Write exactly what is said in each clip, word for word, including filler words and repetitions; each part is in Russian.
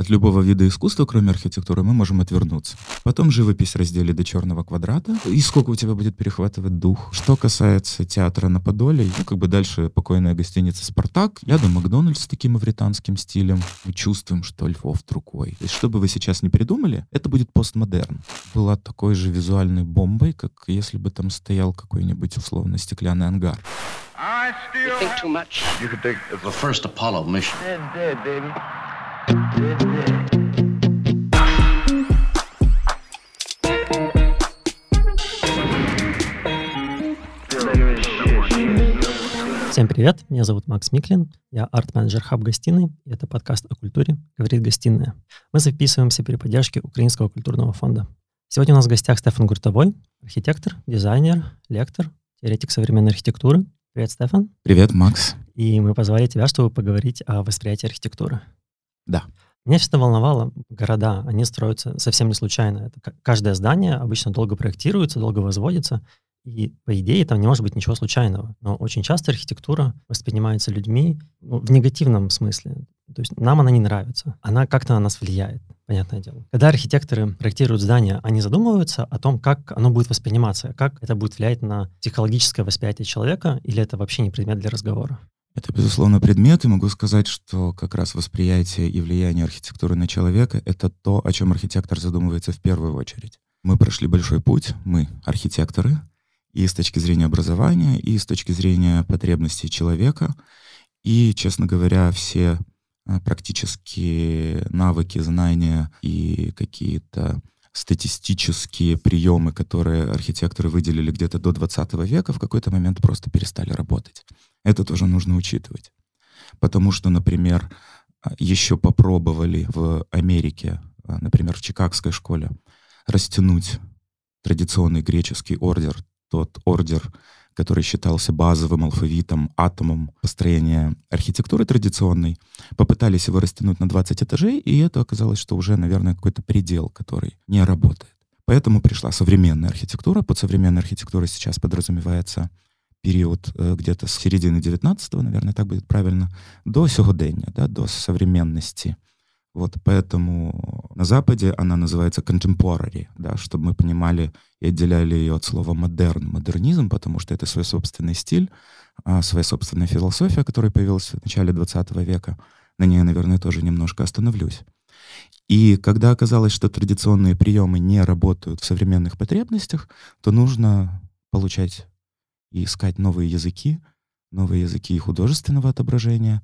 От любого вида искусства, кроме архитектуры, мы можем отвернуться. Потом живопись раздели до черного квадрата. И сколько у тебя будет перехватывать дух. Что касается театра на Подоле, ну, как бы дальше покойная гостиница «Спартак», рядом Макдональдс с таким мавританским стилем. Мы чувствуем, что Львов другой. То есть, что бы вы сейчас не придумали, это будет постмодерн. Была такой же визуальной бомбой, как если бы там стоял какой-нибудь условно стеклянный ангар. You think too much. You could take the first Apollo mission. Dead, dead, baby. Dead, dead. Всем привет, меня зовут Макс Миклин, я арт-менеджер Хаб-гостиной, и это подкаст о культуре «Говорит гостиная». Мы записываемся при поддержке Украинского культурного фонда. Сегодня у нас в гостях Стефан Гуртовой, архитектор, дизайнер, лектор, теоретик современной архитектуры. Привет, Стефан. Привет, Макс. И мы позвали тебя, чтобы поговорить о восприятии архитектуры. Да. Меня всегда волновало, города, они строятся совсем не случайно. Это каждое здание обычно долго проектируется, долго возводится, и, по идее, там не может быть ничего случайного. Но очень часто архитектура воспринимается людьми ну, в негативном смысле. То есть нам она не нравится. Она как-то на нас влияет, понятное дело. Когда архитекторы проектируют здания, они задумываются о том, как оно будет восприниматься, как это будет влиять на психологическое восприятие человека, или это вообще не предмет для разговора? Это, безусловно, предмет, и могу сказать, что как раз восприятие и влияние архитектуры на человека — это то, о чем архитектор задумывается в первую очередь. Мы прошли большой путь, мы — архитекторы, и с точки зрения образования, и с точки зрения потребностей человека. И, честно говоря, все практические навыки, знания и какие-то статистические приемы, которые архитекторы выделили где-то до двадцатого века, в какой-то момент просто перестали работать. Это тоже нужно учитывать. Потому что, например, еще попробовали в Америке, например, в Чикагской школе, растянуть традиционный греческий ордер, тот ордер, который считался базовым алфавитом, атомом построения архитектуры традиционной, попытались его растянуть на двадцать этажей, и это оказалось, что уже, наверное, какой-то предел, который не работает. Поэтому пришла современная архитектура. Под современной архитектурой сейчас подразумевается период э, где-то с середины девятнадцатого, наверное, так будет правильно, до сьогодення, да, до современности. Вот поэтому на Западе она называется contemporary, да, чтобы мы понимали и отделяли ее от слова модерн, модернизм, потому что это свой собственный стиль, своя собственная философия, которая появилась в начале двадцатого века. На ней я, наверное, тоже немножко остановлюсь. И когда оказалось, что традиционные приемы не работают в современных потребностях, то нужно получать и искать новые языки, новые языки художественного отображения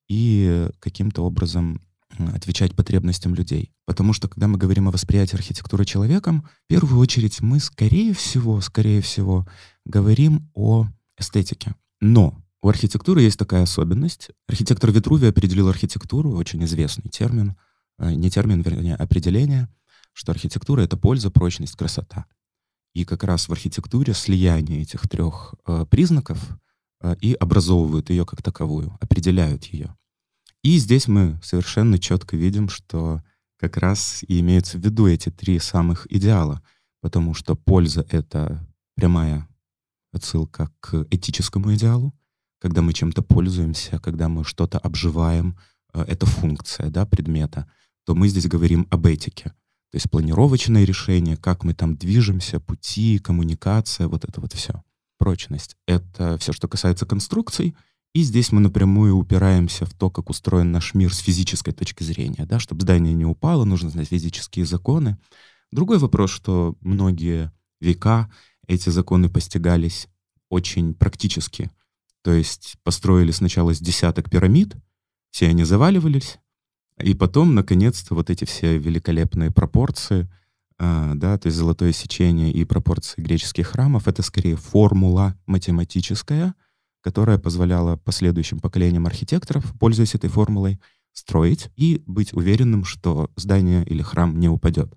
и каким-то образом отвечать потребностям людей. Потому что, когда мы говорим о восприятии архитектуры человеком, в первую очередь мы, скорее всего, скорее всего, говорим о эстетике. Но у архитектуры есть такая особенность. Архитектор Витрувий определил архитектуру, очень известный термин, не термин, вернее, определение, что архитектура — это польза, прочность, красота. И как раз в архитектуре слияние этих трех э, признаков э, и образовывают ее как таковую, определяют ее. И здесь мы совершенно четко видим, что как раз и имеются в виду эти три самых идеала, потому что польза — это прямая отсылка к этическому идеалу, когда мы чем-то пользуемся, когда мы что-то обживаем, это функция, да, предмета, то мы здесь говорим об этике. То есть планировочное решение, как мы там движемся, пути, коммуникация, вот это вот все. Прочность — это все, что касается конструкций. И здесь мы напрямую упираемся в то, как устроен наш мир с физической точки зрения. Да? Чтобы здание не упало, нужно знать физические законы. Другой вопрос, что многие века эти законы постигались очень практически. То есть построили сначала с десяток пирамид, все они заваливались, и потом, наконец-то, вот эти все великолепные пропорции, э, да, то есть золотое сечение и пропорции греческих храмов, это скорее формула математическая, которая позволяла последующим поколениям архитекторов, пользуясь этой формулой, строить и быть уверенным, что здание или храм не упадет.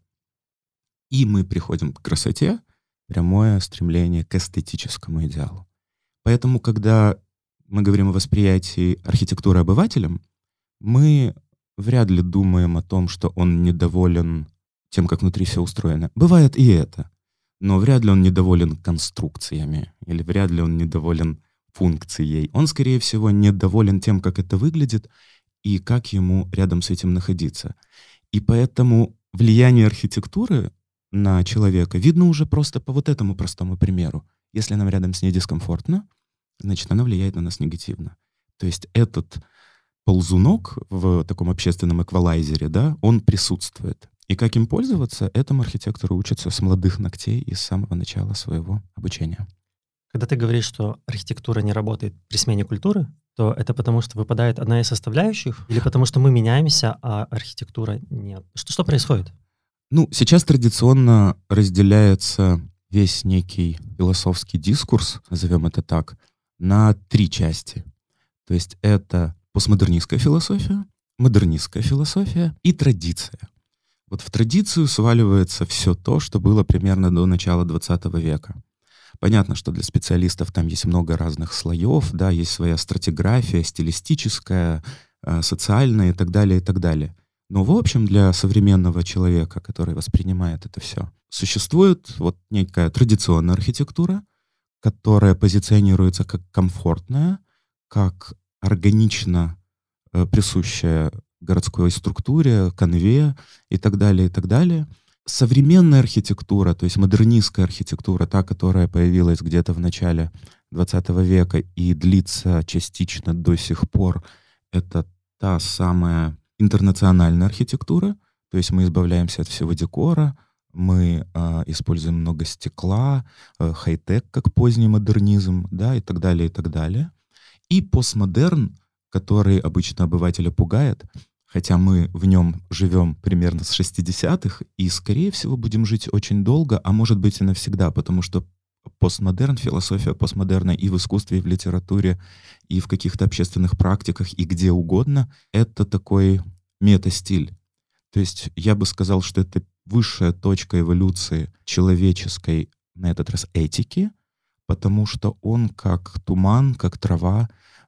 И мы приходим к красоте, прямое стремление к эстетическому идеалу. Поэтому, когда мы говорим о восприятии архитектуры обывателям, мы вряд ли думаем о том, что он недоволен тем, как внутри все устроено. Бывает и это, но вряд ли он недоволен конструкциями, или вряд ли он недоволен функцией. Он, скорее всего, недоволен тем, как это выглядит, и как ему рядом с этим находиться. И поэтому влияние архитектуры на человека видно уже просто по вот этому простому примеру. Если нам рядом с ней дискомфортно, значит, она влияет на нас негативно. То есть этот ползунок в таком общественном эквалайзере, да, он присутствует. И как им пользоваться, этому архитекторы учатся с молодых ногтей и с самого начала своего обучения. Когда ты говоришь, что архитектура не работает при смене культуры, то это потому, что выпадает одна из составляющих, или потому, что мы меняемся, а архитектура нет? Что, что происходит? Ну, сейчас традиционно разделяется весь некий философский дискурс, назовем это так, на три части. То есть это постмодернистская философия, модернистская философия и традиция. Вот в традицию сваливается все то, что было примерно до начала двадцатого века. Понятно, что для специалистов там есть много разных слоев, да, есть своя стратиграфия, стилистическая, социальная и так далее, и так далее. Но в общем для современного человека, который воспринимает это все, существует вот некая традиционная архитектура, которая позиционируется как комфортная, как органично э, присущая городской структуре, канве и так далее, и так далее. Современная архитектура, то есть модернистская архитектура, та, которая появилась где-то в начале двадцатого века и длится частично до сих пор, это та самая интернациональная архитектура, то есть мы избавляемся от всего декора, мы э, используем много стекла, э, хай-тек, как поздний модернизм, да, и так далее, и так далее. И постмодерн, который обычно обывателя пугает, хотя мы в нем живем примерно с шестидесятых и, скорее всего, будем жить очень долго, а может быть и навсегда, потому что постмодерн, философия постмодерна и в искусстве, и в литературе, и в каких-то общественных практиках, и где угодно, это такой мета-стиль. То есть я бы сказал, что это высшая точка эволюции человеческой, на этот раз, этики, потому что он как туман, как трава,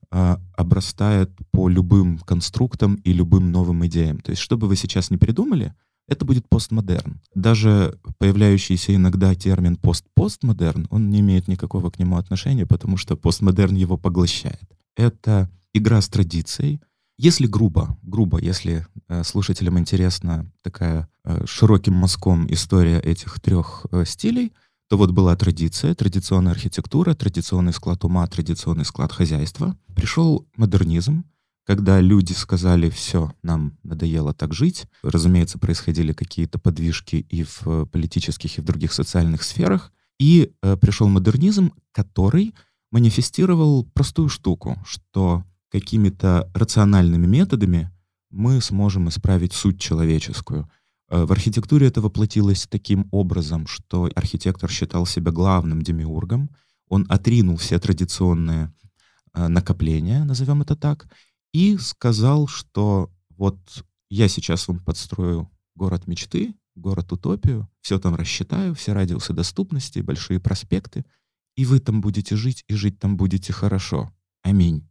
обрастает по любым конструктам и любым новым идеям. То есть что бы вы сейчас ни придумали, это будет постмодерн. Даже появляющийся иногда термин пост-постмодерн, он не имеет никакого к нему отношения, потому что постмодерн его поглощает. Это игра с традицией. Если грубо, грубо, если э, слушателям интересна такая э, широким мазком история этих трех э, стилей, то вот была традиция, традиционная архитектура, традиционный склад ума, традиционный склад хозяйства. Пришел модернизм, когда люди сказали: все, нам надоело так жить. Разумеется, происходили какие-то подвижки и в политических, и в других социальных сферах. И э, пришел модернизм, который манифестировал простую штуку, что какими-то рациональными методами мы сможем исправить суть человеческую. В архитектуре это воплотилось таким образом, что архитектор считал себя главным демиургом, он отринул все традиционные э, накопления, назовем это так, и сказал, что вот я сейчас вам подстрою город мечты, город-утопию, все там рассчитаю, все радиусы доступности, большие проспекты, и вы там будете жить, и жить там будете хорошо. Аминь.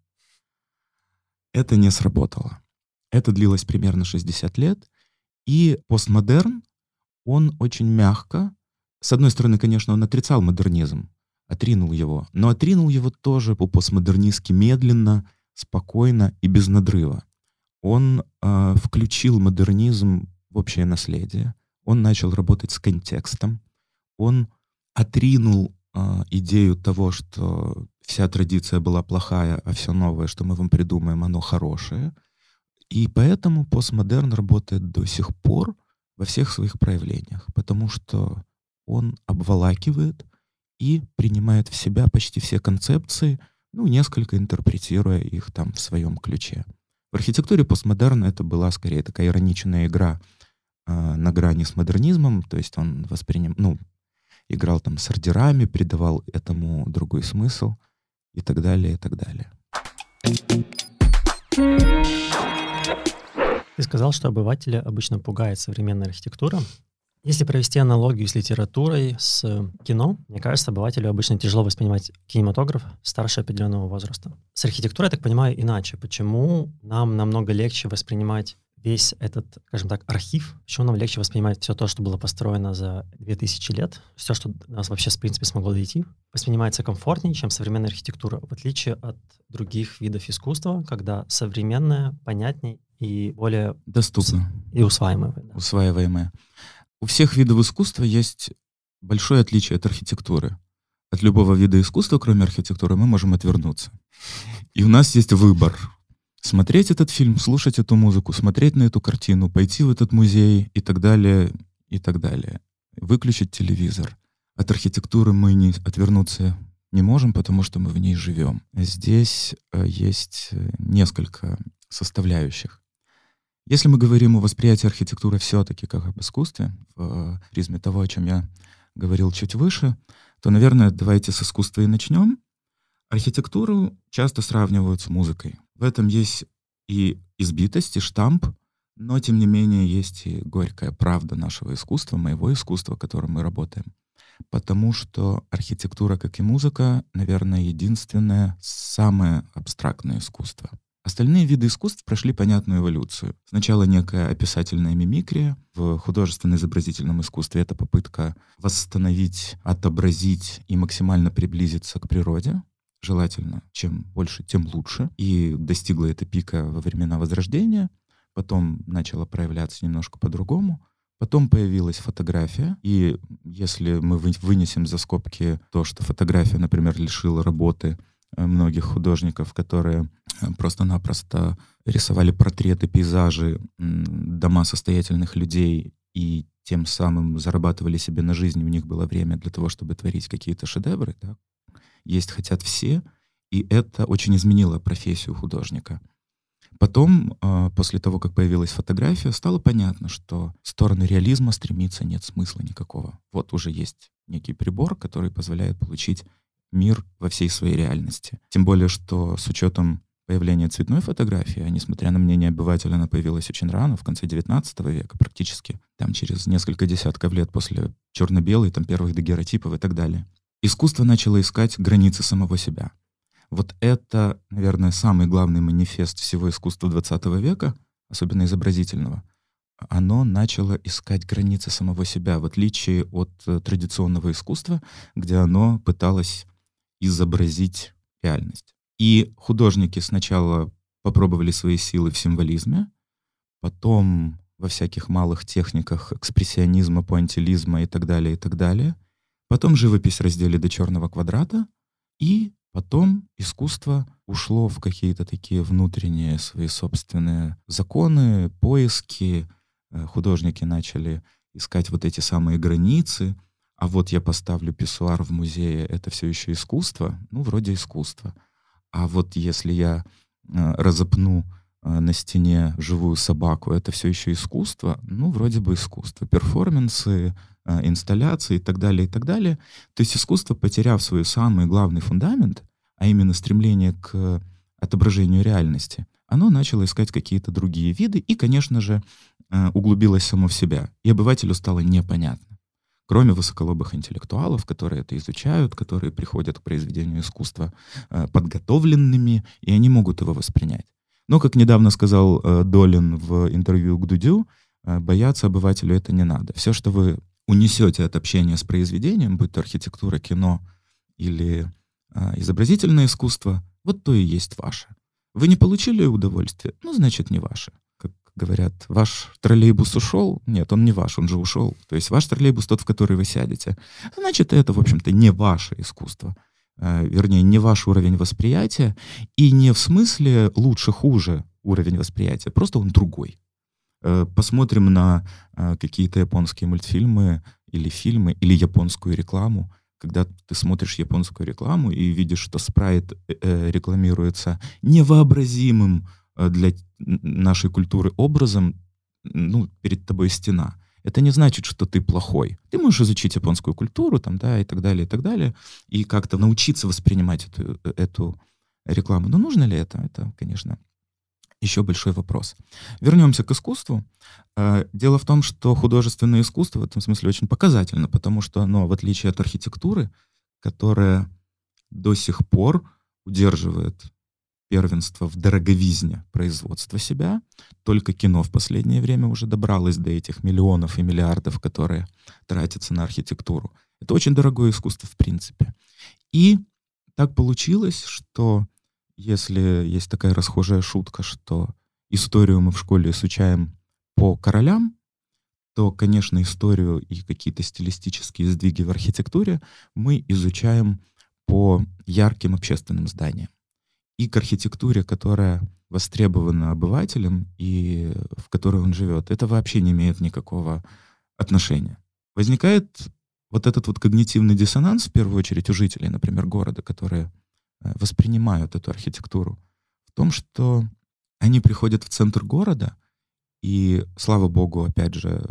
Это не сработало. Это длилось примерно шестьдесят лет, и постмодерн, он очень мягко, с одной стороны, конечно, он отрицал модернизм, отринул его, но отринул его тоже по-постмодернистски медленно, спокойно и без надрыва. Он э, включил модернизм в общее наследие, он начал работать с контекстом, он отринул э, идею того, что вся традиция была плохая, а все новое, что мы вам придумаем, оно хорошее. И поэтому постмодерн работает до сих пор во всех своих проявлениях, потому что он обволакивает и принимает в себя почти все концепции, ну, несколько интерпретируя их там в своем ключе. В архитектуре постмодерна это была скорее такая ироничная игра э, на грани с модернизмом, то есть он воспринимал, ну, играл там с ордерами, придавал этому другой смысл и так далее, и так далее. Ты сказал, что обывателя обычно пугает современная архитектура. Если провести аналогию с литературой, с кино, мне кажется, обывателю обычно тяжело воспринимать кинематограф старше определенного возраста. С архитектурой, я так понимаю, иначе. Почему нам намного легче воспринимать весь этот, скажем так, архив, почему нам легче воспринимать все то, что было построено за две тысячи лет, все, что до нас вообще, в принципе, смогло дойти, воспринимается комфортнее, чем современная архитектура, в отличие от других видов искусства, когда современное понятнее и более... Доступно. И усваиваемое. Да. Усваиваемое. У всех видов искусства есть большое отличие от архитектуры. От любого вида искусства, кроме архитектуры, мы можем отвернуться. И у нас есть выбор. Смотреть этот фильм, слушать эту музыку, смотреть на эту картину, пойти в этот музей и так далее, и так далее. Выключить телевизор. От архитектуры мы не отвернуться не можем, потому что мы в ней живем. Здесь э, есть несколько составляющих. Если мы говорим о восприятии архитектуры все-таки как об искусстве, в призме того, о чем я говорил чуть выше, то, наверное, давайте с искусства и начнем. Архитектуру часто сравнивают с музыкой. В этом есть и избитость, и штамп, но, тем не менее, есть и горькая правда нашего искусства, моего искусства, которым мы работаем. Потому что архитектура, как и музыка, наверное, единственное самое абстрактное искусство. Остальные виды искусств прошли понятную эволюцию. Сначала некая описательная мимикрия. В художественно-изобразительном искусстве это попытка восстановить, отобразить и максимально приблизиться к природе. Желательно, чем больше, тем лучше. И достигла это пика во времена Возрождения. Потом начала проявляться немножко по-другому. Потом появилась фотография. И если мы вынесем за скобки то, что фотография, например, лишила работы многих художников, которые просто-напросто рисовали портреты, пейзажи, дома состоятельных людей и тем самым зарабатывали себе на жизнь, у них было время для того, чтобы творить какие-то шедевры. Да? Есть хотят все, и это очень изменило профессию художника. Потом, после того, как появилась фотография, стало понятно, что в сторону реализма стремиться нет смысла никакого. Вот уже есть некий прибор, который позволяет получить мир во всей своей реальности. Тем более, что с учетом появления цветной фотографии, а несмотря на мнение обывателя, она появилась очень рано, в конце девятнадцатого века практически, там через несколько десятков лет после черно-белой, там первых дагеротипов и так далее. Искусство начало искать границы самого себя. Вот это, наверное, самый главный манифест всего искусства двадцатого века, особенно изобразительного. Оно начало искать границы самого себя, в отличие от традиционного искусства, где оно пыталось изобразить реальность. И художники сначала попробовали свои силы в символизме, потом во всяких малых техниках экспрессионизма, пуантилизма и так далее, и так далее. Потом живопись раздели до черного квадрата, и потом искусство ушло в какие-то такие внутренние свои собственные законы, поиски. Художники начали искать вот эти самые границы. А вот я поставлю писсуар в музее, это все еще искусство? Ну, вроде искусство. А вот если я э, разопну э, на стене живую собаку, это все еще искусство? Ну, вроде бы искусство. Перформансы, э, инсталляции и так далее, и так далее. То есть искусство, потеряв свой самый главный фундамент, а именно стремление к отображению реальности, оно начало искать какие-то другие виды и, конечно же, э, углубилось само в себя. И обывателю стало непонятно. Кроме высоколобых интеллектуалов, которые это изучают, которые приходят к произведению искусства э, подготовленными, и они могут его воспринять. Но, как недавно сказал э, Долин в интервью к Дудю, э, бояться обывателю это не надо. Все, что вы унесете от общения с произведением, будь то архитектура, кино или э, изобразительное искусство, вот то и есть ваше. Вы не получили удовольствие? Ну, значит, не ваше. Как говорят, ваш троллейбус ушел? Нет, он не ваш, он же ушел. То есть ваш троллейбус тот, в который вы сядете. Значит, это, в общем-то, не ваше искусство. Э, вернее, не ваш уровень восприятия. И не в смысле лучше-хуже уровень восприятия, просто он другой. Э, посмотрим на э, какие-то японские мультфильмы или фильмы, или японскую рекламу. Когда ты смотришь японскую рекламу и видишь, что спрайт э, рекламируется невообразимым для нашей культуры образом, ну, перед тобой стена. Это не значит, что ты плохой. Ты можешь изучить японскую культуру, там, да, и так далее, и так далее, и как-то научиться воспринимать эту, эту рекламу. Но нужно ли это? Это, конечно, еще большой вопрос. Вернемся к искусству. Дело в том, что художественное искусство в этом смысле очень показательно, потому что оно, в отличие от архитектуры, которая до сих пор удерживает первенство в дороговизне производства себя. Только кино в последнее время уже добралось до этих миллионов и миллиардов, которые тратятся на архитектуру. Это очень дорогое искусство в принципе. И так получилось, что если есть такая расхожая шутка, что историю мы в школе изучаем по королям, то, конечно, историю и какие-то стилистические сдвиги в архитектуре мы изучаем по ярким общественным зданиям. И к архитектуре, которая востребована обывателем и в которой он живет, это вообще не имеет никакого отношения. Возникает вот этот вот когнитивный диссонанс, в первую очередь, у жителей, например, города, которые воспринимают эту архитектуру, в том, что они приходят в центр города, и, слава богу, опять же,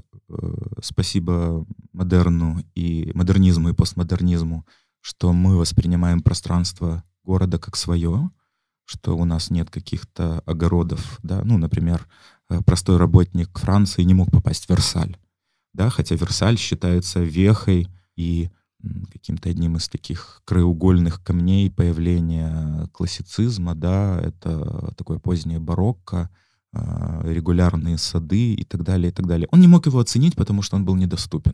спасибо модерну и модернизму и постмодернизму, что мы воспринимаем пространство города как свое, что у нас нет каких-то огородов, да, ну, например, простой работник Франции не мог попасть в Версаль, да, хотя Версаль считается вехой и каким-то одним из таких краеугольных камней появления классицизма, да, это такое позднее барокко, регулярные сады и так далее, и так далее. Он не мог его оценить, потому что он был недоступен.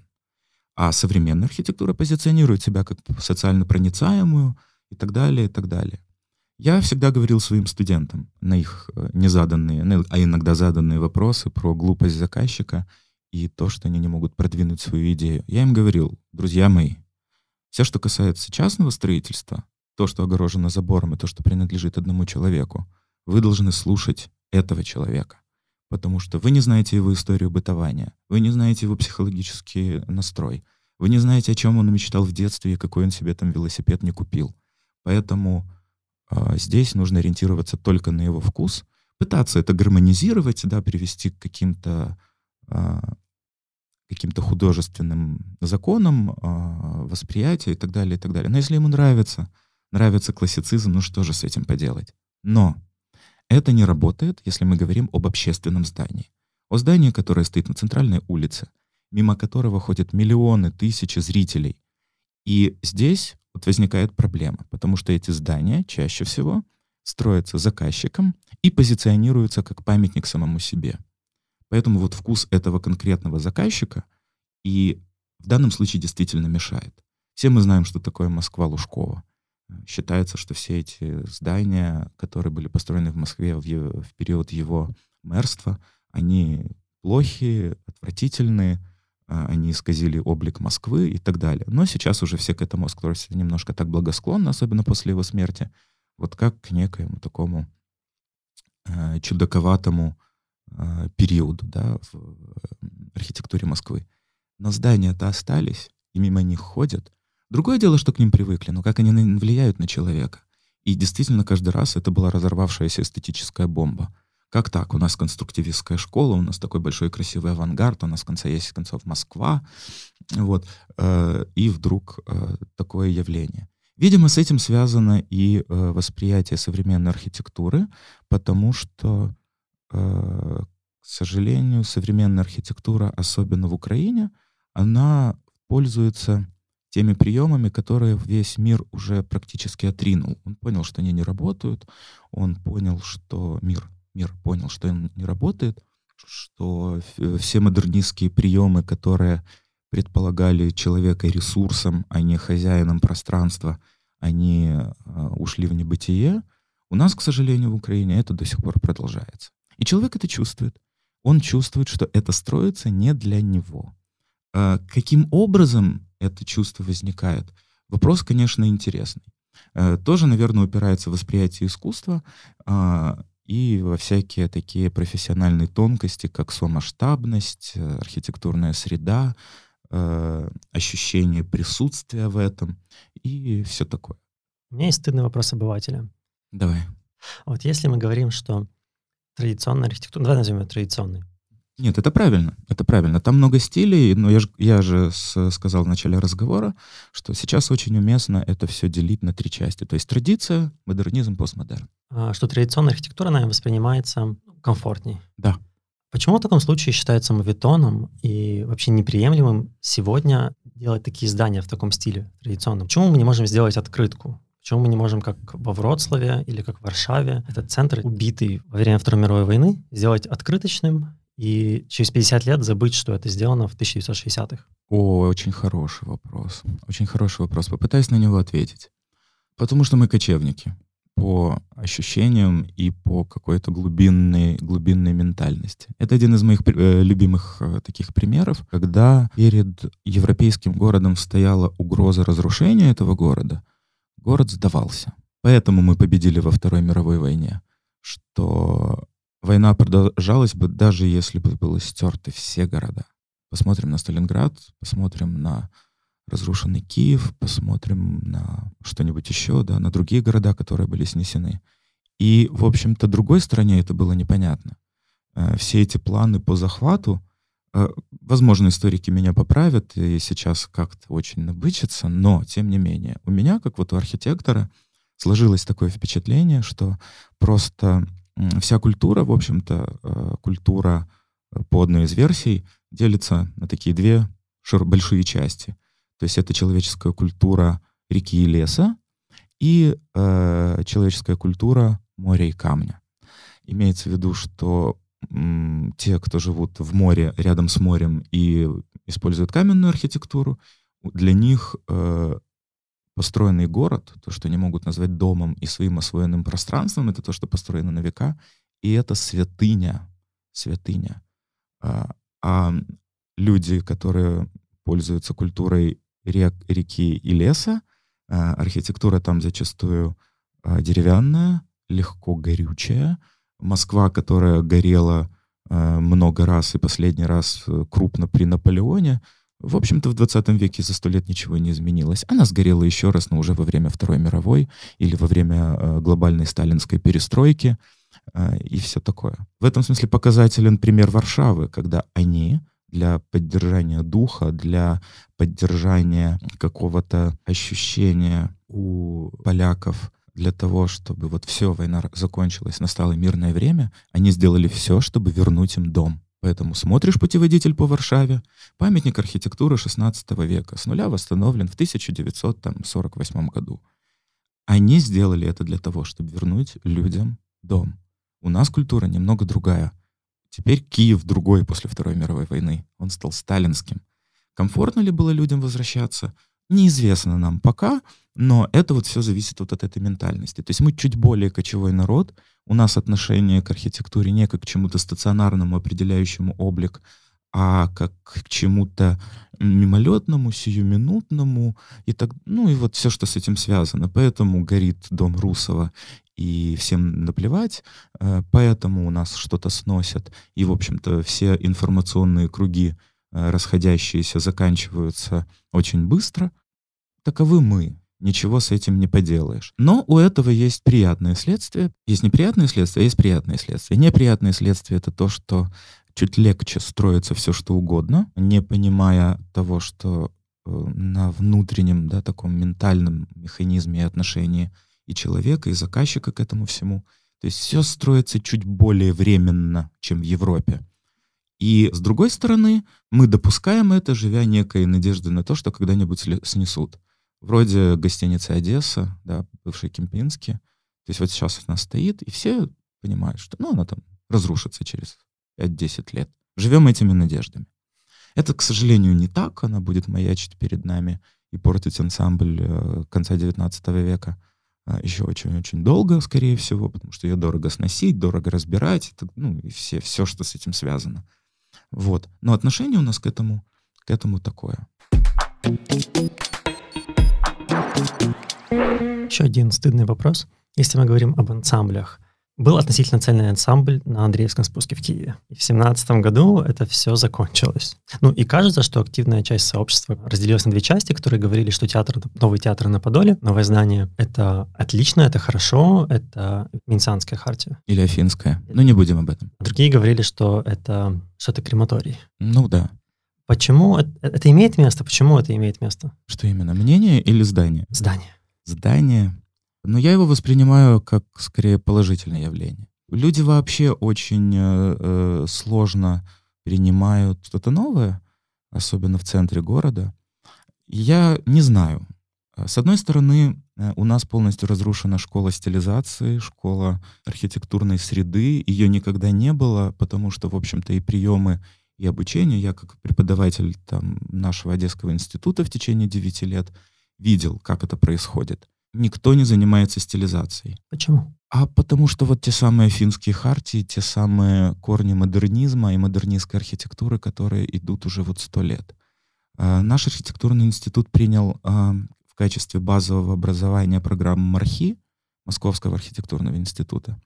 А современная архитектура позиционирует себя как социально проницаемую и так далее, и так далее. Я всегда говорил своим студентам на их незаданные, а иногда заданные вопросы про глупость заказчика и то, что они не могут продвинуть свою идею. Я им говорил: друзья мои, все, что касается частного строительства, то, что огорожено забором, и то, что принадлежит одному человеку, вы должны слушать этого человека, потому что вы не знаете его историю бытования, вы не знаете его психологический настрой, вы не знаете, о чем он мечтал в детстве и какой он себе там велосипед не купил. Поэтому э, здесь нужно ориентироваться только на его вкус, пытаться это гармонизировать, да, привести к каким-то э, каким-то художественным законам э, восприятия и так далее, и так далее. Но если ему нравится, нравится классицизм, ну что же с этим поделать? Но это не работает, если мы говорим об общественном здании. О здании, которое стоит на центральной улице, мимо которого ходят миллионы, тысячи зрителей. И здесь вот возникает проблема, потому что эти здания чаще всего строятся заказчиком и позиционируются как памятник самому себе. Поэтому вот вкус этого конкретного заказчика и в данном случае действительно мешает. Все мы знаем, что такое Москва-Лужкова. Считается, что все эти здания, которые были построены в Москве в, его, в период его мэрства, они плохие, отвратительные, они исказили облик Москвы и так далее. Но сейчас уже все к этому относятся немножко так благосклонно, особенно после его смерти, вот как к некоему такому э, чудаковатому э, периоду, да, в архитектуре Москвы. Но здания-то остались, и мимо них ходят. Другое дело, что к ним привыкли, но как они влияют на человека. И действительно, каждый раз это была разорвавшаяся эстетическая бомба. Как так? У нас конструктивистская школа, у нас такой большой красивый авангард, у нас в конце есть концов Москва. Вот, э, и вдруг э, такое явление. Видимо, с этим связано и э, восприятие современной архитектуры, потому что, э, к сожалению, современная архитектура, особенно в Украине, она пользуется теми приемами, которые весь мир уже практически отринул. Он понял, что они не работают, он понял, что мир, мир понял, что он не работает, что все модернистские приемы, которые предполагали человека ресурсом, а не хозяином пространства, они э, ушли в небытие. У нас, к сожалению, в Украине это до сих пор продолжается. И человек это чувствует. Он чувствует, что это строится не для него. Э, каким образом это чувство возникает? Вопрос, конечно, интересный. Э, тоже, наверное, упирается в восприятие искусства э, и во всякие такие профессиональные тонкости, как сомасштабность, э, архитектурная среда, э, ощущение присутствия в этом и все такое. У меня есть стыдный вопрос обывателя. Давай. Вот если мы говорим, что традиционная архитектура, давай назовем ее традиционной. Нет, это правильно, это правильно. Там много стилей, но я же, я же с, сказал в начале разговора, что сейчас очень уместно это все делить на три части. То есть традиция, модернизм, постмодерн. А, что традиционная архитектура, она воспринимается комфортней. Да. Почему в таком случае считается моветоном и вообще неприемлемым сегодня делать такие здания в таком стиле традиционном? Почему мы не можем сделать открытку? Почему мы не можем, как во Вроцлаве или как в Варшаве, этот центр, убитый во время Второй мировой войны, сделать открыточным и через пятьдесят лет забыть, что это сделано в тысяча девятьсот шестидесятых? О, очень хороший вопрос. Очень хороший вопрос. Попытаюсь на него ответить. Потому что мы кочевники по ощущениям и по какой-то глубинной, глубинной ментальности. Это один из моих э, любимых э, таких примеров, когда перед европейским городом стояла угроза разрушения этого города, город сдавался. Поэтому мы победили во Второй мировой войне, что война продолжалась бы, даже если бы были стерты все города. Посмотрим на Сталинград, посмотрим на разрушенный Киев, посмотрим на что-нибудь еще, да, на другие города, которые были снесены. И, в общем-то, другой стороне это было непонятно. Все эти планы по захвату, возможно, историки меня поправят, и сейчас как-то очень набычится, но, тем не менее, у меня, как вот у архитектора, сложилось такое впечатление, что просто вся культура, в общем-то, культура по одной из версий делится на такие две большие части. То есть это человеческая культура реки и леса и э, человеческая культура моря и камня. Имеется в виду, что м, те, кто живут в море, рядом с морем и используют каменную архитектуру, для них э, построенный город, то, что они могут назвать домом и своим освоенным пространством, это то, что построено на века, и это святыня, святыня. А, а люди, которые пользуются культурой рек, реки и леса, а, архитектура там зачастую а, деревянная, легко горючая. Москва, которая горела а, много раз и последний раз крупно при Наполеоне, в общем-то, в двадцатом веке за сто лет ничего не изменилось. Она сгорела еще раз, но уже во время Второй мировой или во время а, глобальной сталинской перестройки а, и все такое. В этом смысле показателен пример Варшавы, когда они для поддержания духа, для поддержания какого-то ощущения у поляков, для того, чтобы вот все, война закончилась, настало мирное время, они сделали все, чтобы вернуть им дом. Поэтому смотришь путеводитель по Варшаве, памятник архитектуры шестнадцатого века, с нуля восстановлен в тысяча девятьсот сорок восьмом году. Они сделали это для того, чтобы вернуть людям дом. У нас культура немного другая. Теперь Киев другой после Второй мировой войны. Он стал сталинским. Комфортно ли было людям возвращаться? Неизвестно нам пока, но это вот все зависит вот от этой ментальности. То есть мы чуть более кочевой народ, у нас отношение к архитектуре не как к чему-то стационарному, определяющему облик, а как к чему-то мимолетному, сиюминутному, и так, ну и вот все, что с этим связано. Поэтому горит дом Русова, и всем наплевать, поэтому у нас что-то сносят, и, в общем-то, все информационные круги, расходящиеся, заканчиваются очень быстро. Таковы мы. Ничего с этим не поделаешь. Но у этого есть приятные следствия. Есть неприятные следствия, есть приятные следствия. Неприятные следствия — это то, что чуть легче строится все, что угодно, не понимая того, что э, на внутреннем, да, таком ментальном механизме и отношении и человека, и заказчика к этому всему. То есть все строится чуть более временно, чем в Европе. И с другой стороны, мы допускаем это, живя некой надеждой на то, что когда-нибудь снесут. Вроде гостиницы «Одесса», да, бывшей Кемпински. То есть вот сейчас она стоит, и все понимают, что ну, она там разрушится через пять-десять лет. Живем этими надеждами. Это, к сожалению, не так. Она будет маячить перед нами и портить ансамбль э, конца девятнадцатого века э, еще очень-очень долго, скорее всего, потому что ее дорого сносить, дорого разбирать, это, ну, и все, все, что с этим связано. Вот. Но отношение у нас к этому, к этому такое. Еще один стыдный вопрос. Если мы говорим об ансамблях, был относительно цельный ансамбль на Андреевском спуске в Киеве. И в семнадцатом году это все закончилось. Ну и кажется, что активная часть сообщества разделилась на две части, которые говорили, что театр, новый театр на Подоле, новое здание — это отлично, это хорошо, это Венецианская хартия. Или Афинская. Ну не будем об этом. Другие говорили, что это что-то крематорий. Ну да. Почему это, это имеет место? Почему это имеет место? Что именно? Мнение или здание? Здание. Здание. Но я его воспринимаю как, скорее, положительное явление. Люди вообще очень э, сложно принимают что-то новое, особенно в центре города. Я не знаю, С одной стороны, у нас полностью разрушена школа стилизации, школа архитектурной среды. Ее никогда не было, потому что, в общем-то, и приемы, и обучение, я как преподаватель там, нашего Одесского института в течение девяти лет видел, как это происходит. Никто не занимается стилизацией. Почему? А потому что вот те самые финские хартии, те самые корни модернизма и модернистской архитектуры, которые идут уже вот сто лет. А, наш архитектурный институт принял а, в качестве базового образования программу МАРХИ, Московского архитектурного института,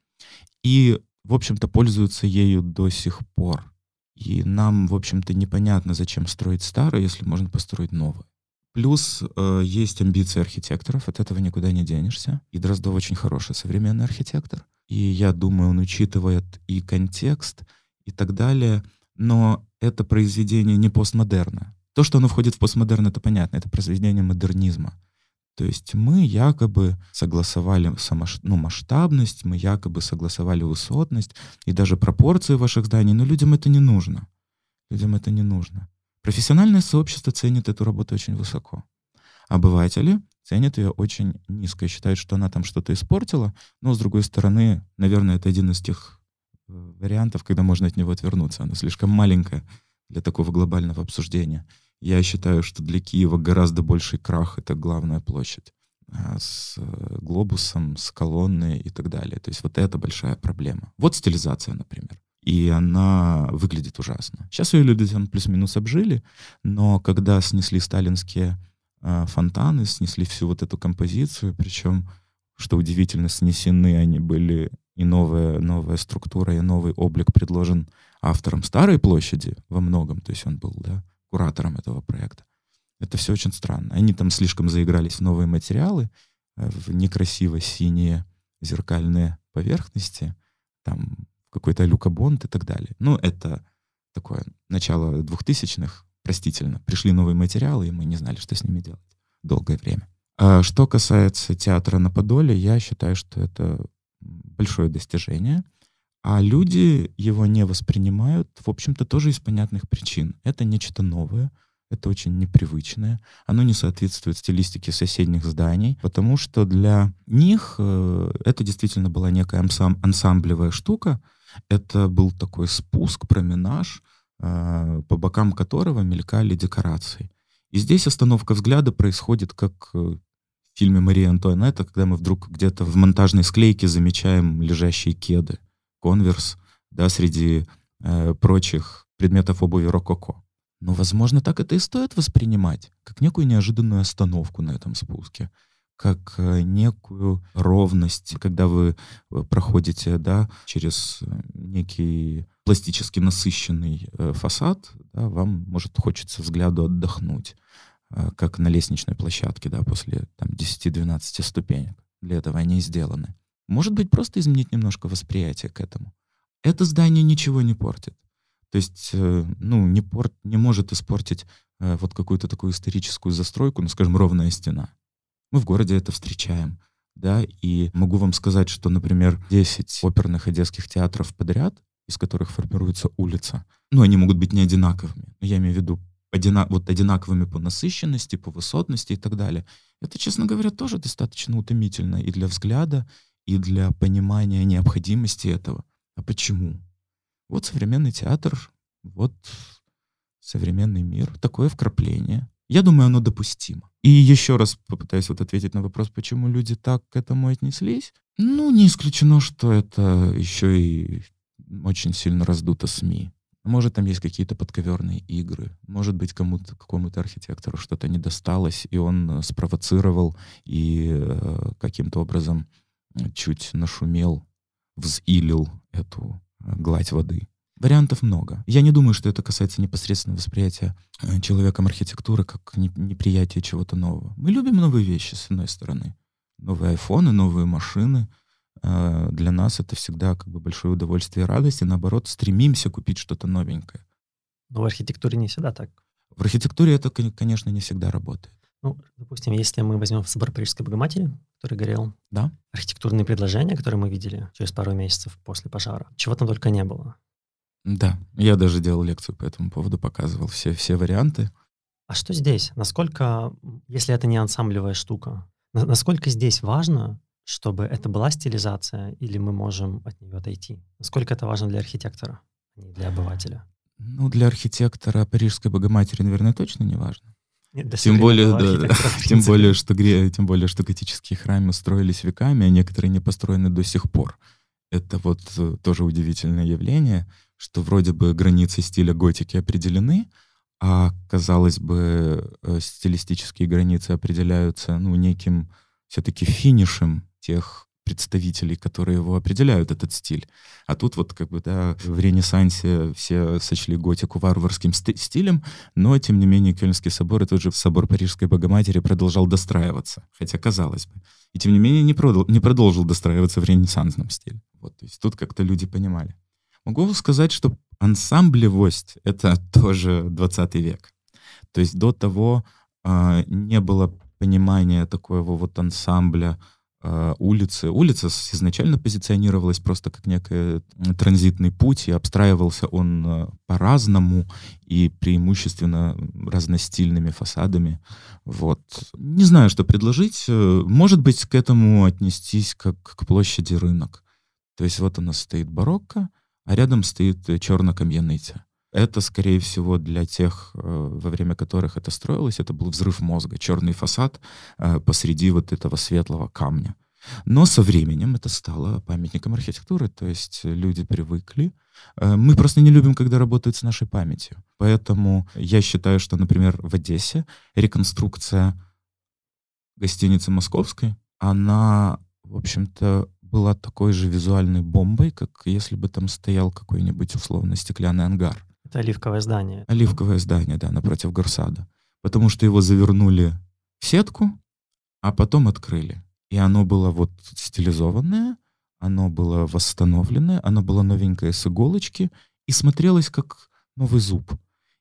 и, в общем-то, пользуются ею до сих пор. И нам, в общем-то, непонятно, зачем строить старое, если можно построить новое. Плюс э, есть амбиции архитекторов, от этого никуда не денешься. И Дроздов очень хороший современный архитектор. И я думаю, он учитывает и контекст, и так далее. Но это произведение не постмодерна. То, что оно входит в постмодерн, это понятно. Это произведение модернизма. То есть мы якобы согласовали самош... ну, масштабность, мы якобы согласовали высотность и даже пропорции ваших зданий, но людям это не нужно. Людям это не нужно. Профессиональное сообщество ценит эту работу очень высоко. Обыватели ценят ее очень низко и считают, что она там что-то испортила, но, с другой стороны, наверное, это один из тех вариантов, когда можно от него отвернуться. Она слишком маленькая для такого глобального обсуждения. Я считаю, что для Киева гораздо больший крах — это главная площадь с глобусом, с колонной и так далее. То есть вот это большая проблема. Вот стилизация, например. И она выглядит ужасно. Сейчас ее люди там плюс-минус обжили, но когда снесли сталинские э, фонтаны, снесли всю вот эту композицию, причем, что удивительно, снесены они были, и новая, новая структура, и новый облик предложен автором Старой площади во многом, то есть он был, да, куратором этого проекта. Это все очень странно. Они там слишком заигрались в новые материалы, в некрасиво синие зеркальные поверхности, там какой-то Люка Бонд и так далее. Ну, это такое начало двухтысячных, простительно. Пришли новые материалы, и мы не знали, что с ними делать долгое время. А что касается театра на Подоле, я считаю, что это большое достижение, а люди его не воспринимают, в общем-то, тоже из понятных причин. Это нечто новое, это очень непривычное, оно не соответствует стилистике соседних зданий, потому что для них э, это действительно была некая ансам- ансамблевая штука, это был такой спуск, променаж, э, по бокам которого мелькали декорации. И здесь остановка взгляда происходит, как в фильме «Мария Антуанетта», когда мы вдруг где-то в монтажной склейке замечаем лежащие кеды, конверс, да, среди э, прочих предметов обуви рококо. Но, возможно, так это и стоит воспринимать, как некую неожиданную остановку на этом спуске, как э, некую ровность, когда вы проходите, да, через некий пластически насыщенный э, фасад, да, вам, может, хочется взгляду отдохнуть, э, как на лестничной площадке, да, после там, десяти-двенадцати ступенек. Для этого они и сделаны. Может быть, просто изменить немножко восприятие к этому. Это здание ничего не портит. То есть, э, ну, не, порт, не может испортить э, вот какую-то такую историческую застройку, ну, скажем, ровная стена. Мы в городе это встречаем, да, и могу вам сказать, что, например, десять оперных одесских театров подряд, из которых формируется улица, ну, они могут быть не одинаковыми, но я имею в виду одина, вот одинаковыми по насыщенности, по высотности и так далее. Это, честно говоря, тоже достаточно утомительно и для взгляда, и для понимания необходимости этого. А почему? Вот современный театр, вот современный мир, такое вкрапление. Я думаю, оно допустимо. И еще раз попытаюсь вот ответить на вопрос, почему люди так к этому отнеслись. Ну, не исключено, что это еще и очень сильно раздуто СМИ. Может, там есть какие-то подковерные игры. Может быть, кому-то, какому-то архитектору что-то не досталось, и он спровоцировал и э, каким-то образом чуть нашумел, взилил эту гладь воды. Вариантов много. Я не думаю, что это касается непосредственно восприятия человеком архитектуры как неприятия чего-то нового. Мы любим новые вещи, с одной стороны. Новые айфоны, новые машины. Для нас это всегда как бы большое удовольствие и радость, и наоборот, стремимся купить что-то новенькое. Но в архитектуре не всегда так. В архитектуре это, конечно, не всегда работает. Ну, допустим, если мы возьмем собор Парижской Богоматери, который горел, да, архитектурные предложения, которые мы видели через пару месяцев после пожара, чего там только не было. Да, я даже делал лекцию по этому поводу, показывал все, все варианты. А что здесь? Насколько, если это не ансамблевая штука, на- насколько здесь важно, чтобы это была стилизация, или мы можем от нее отойти? Насколько это важно для архитектора, а не для обывателя? Ну, для архитектора Парижской Богоматери, наверное, точно не важно. Нет, для Тем более, современного да, архитектора, в тем принципе. более, что гре- тем более, что готические храмы строились веками, а некоторые не построены до сих пор. Это вот э, тоже удивительное явление, что вроде бы границы стиля готики определены, а, казалось бы, э, стилистические границы определяются, ну, неким все-таки финишем тех представителей, которые его определяют, этот стиль. А тут вот как бы, да, в Ренессансе все сочли готику варварским сти- стилем, но, тем не менее, Кёльнский собор и тот же собор Парижской Богоматери продолжал достраиваться, хотя казалось бы. И, тем не менее, не, продол- не продолжил достраиваться в ренессансном стиле. Вот, то есть тут как-то люди понимали. Могу сказать, что ансамблевость — это тоже двадцатый век. То есть до того а, не было понимания такого вот ансамбля а, улицы. Улица с- изначально позиционировалась просто как некий транзитный путь, и обстраивался он а, по-разному и преимущественно разностильными фасадами. Вот. Не знаю, что предложить. Э, Может быть, к этому отнестись как к площади рынок. То есть вот у нас стоит барокко, а рядом стоит э, черно-каменный. Это, скорее всего, для тех, э, во время которых это строилось, это был взрыв мозга, черный фасад э, посреди вот этого светлого камня. Но со временем это стало памятником архитектуры, то есть люди привыкли. Э, Мы просто не любим, когда работают с нашей памятью. Поэтому я считаю, что, например, в Одессе реконструкция гостиницы Московской, она, в общем-то, была такой же визуальной бомбой, как если бы там стоял какой-нибудь условно стеклянный ангар. Это оливковое здание. Оливковое здание, да, напротив Горсада. Потому что его завернули в сетку, а потом открыли. И оно было вот стилизованное, оно было восстановленное, оно было новенькое с иголочки и смотрелось как новый зуб.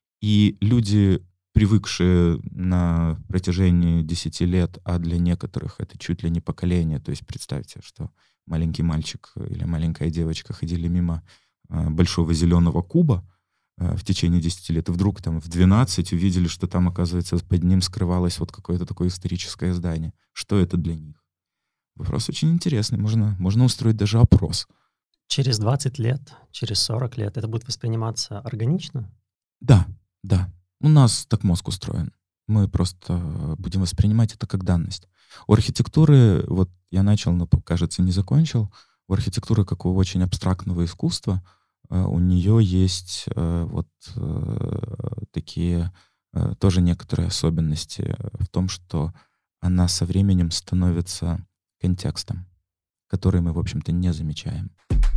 И люди, привыкшие на протяжении десяти лет, а для некоторых это чуть ли не поколение, то есть представьте, что маленький мальчик или маленькая девочка ходили мимо а, большого зеленого куба а, в течение десяти лет, и вдруг там в двенадцать увидели, что там, оказывается, под ним скрывалось вот какое-то такое историческое здание. Что это для них? Вопрос очень интересный. Можно, можно устроить даже опрос. Через двадцать лет, через сорок лет это будет восприниматься органично? Да, да. У нас так мозг устроен. Мы просто будем воспринимать это как данность. У архитектуры, вот я начал, но, кажется, не закончил, у архитектуры, как у очень абстрактного искусства, э, у нее есть э, вот э, такие э, тоже некоторые особенности в том, что она со временем становится контекстом, который мы, в общем-то, не замечаем.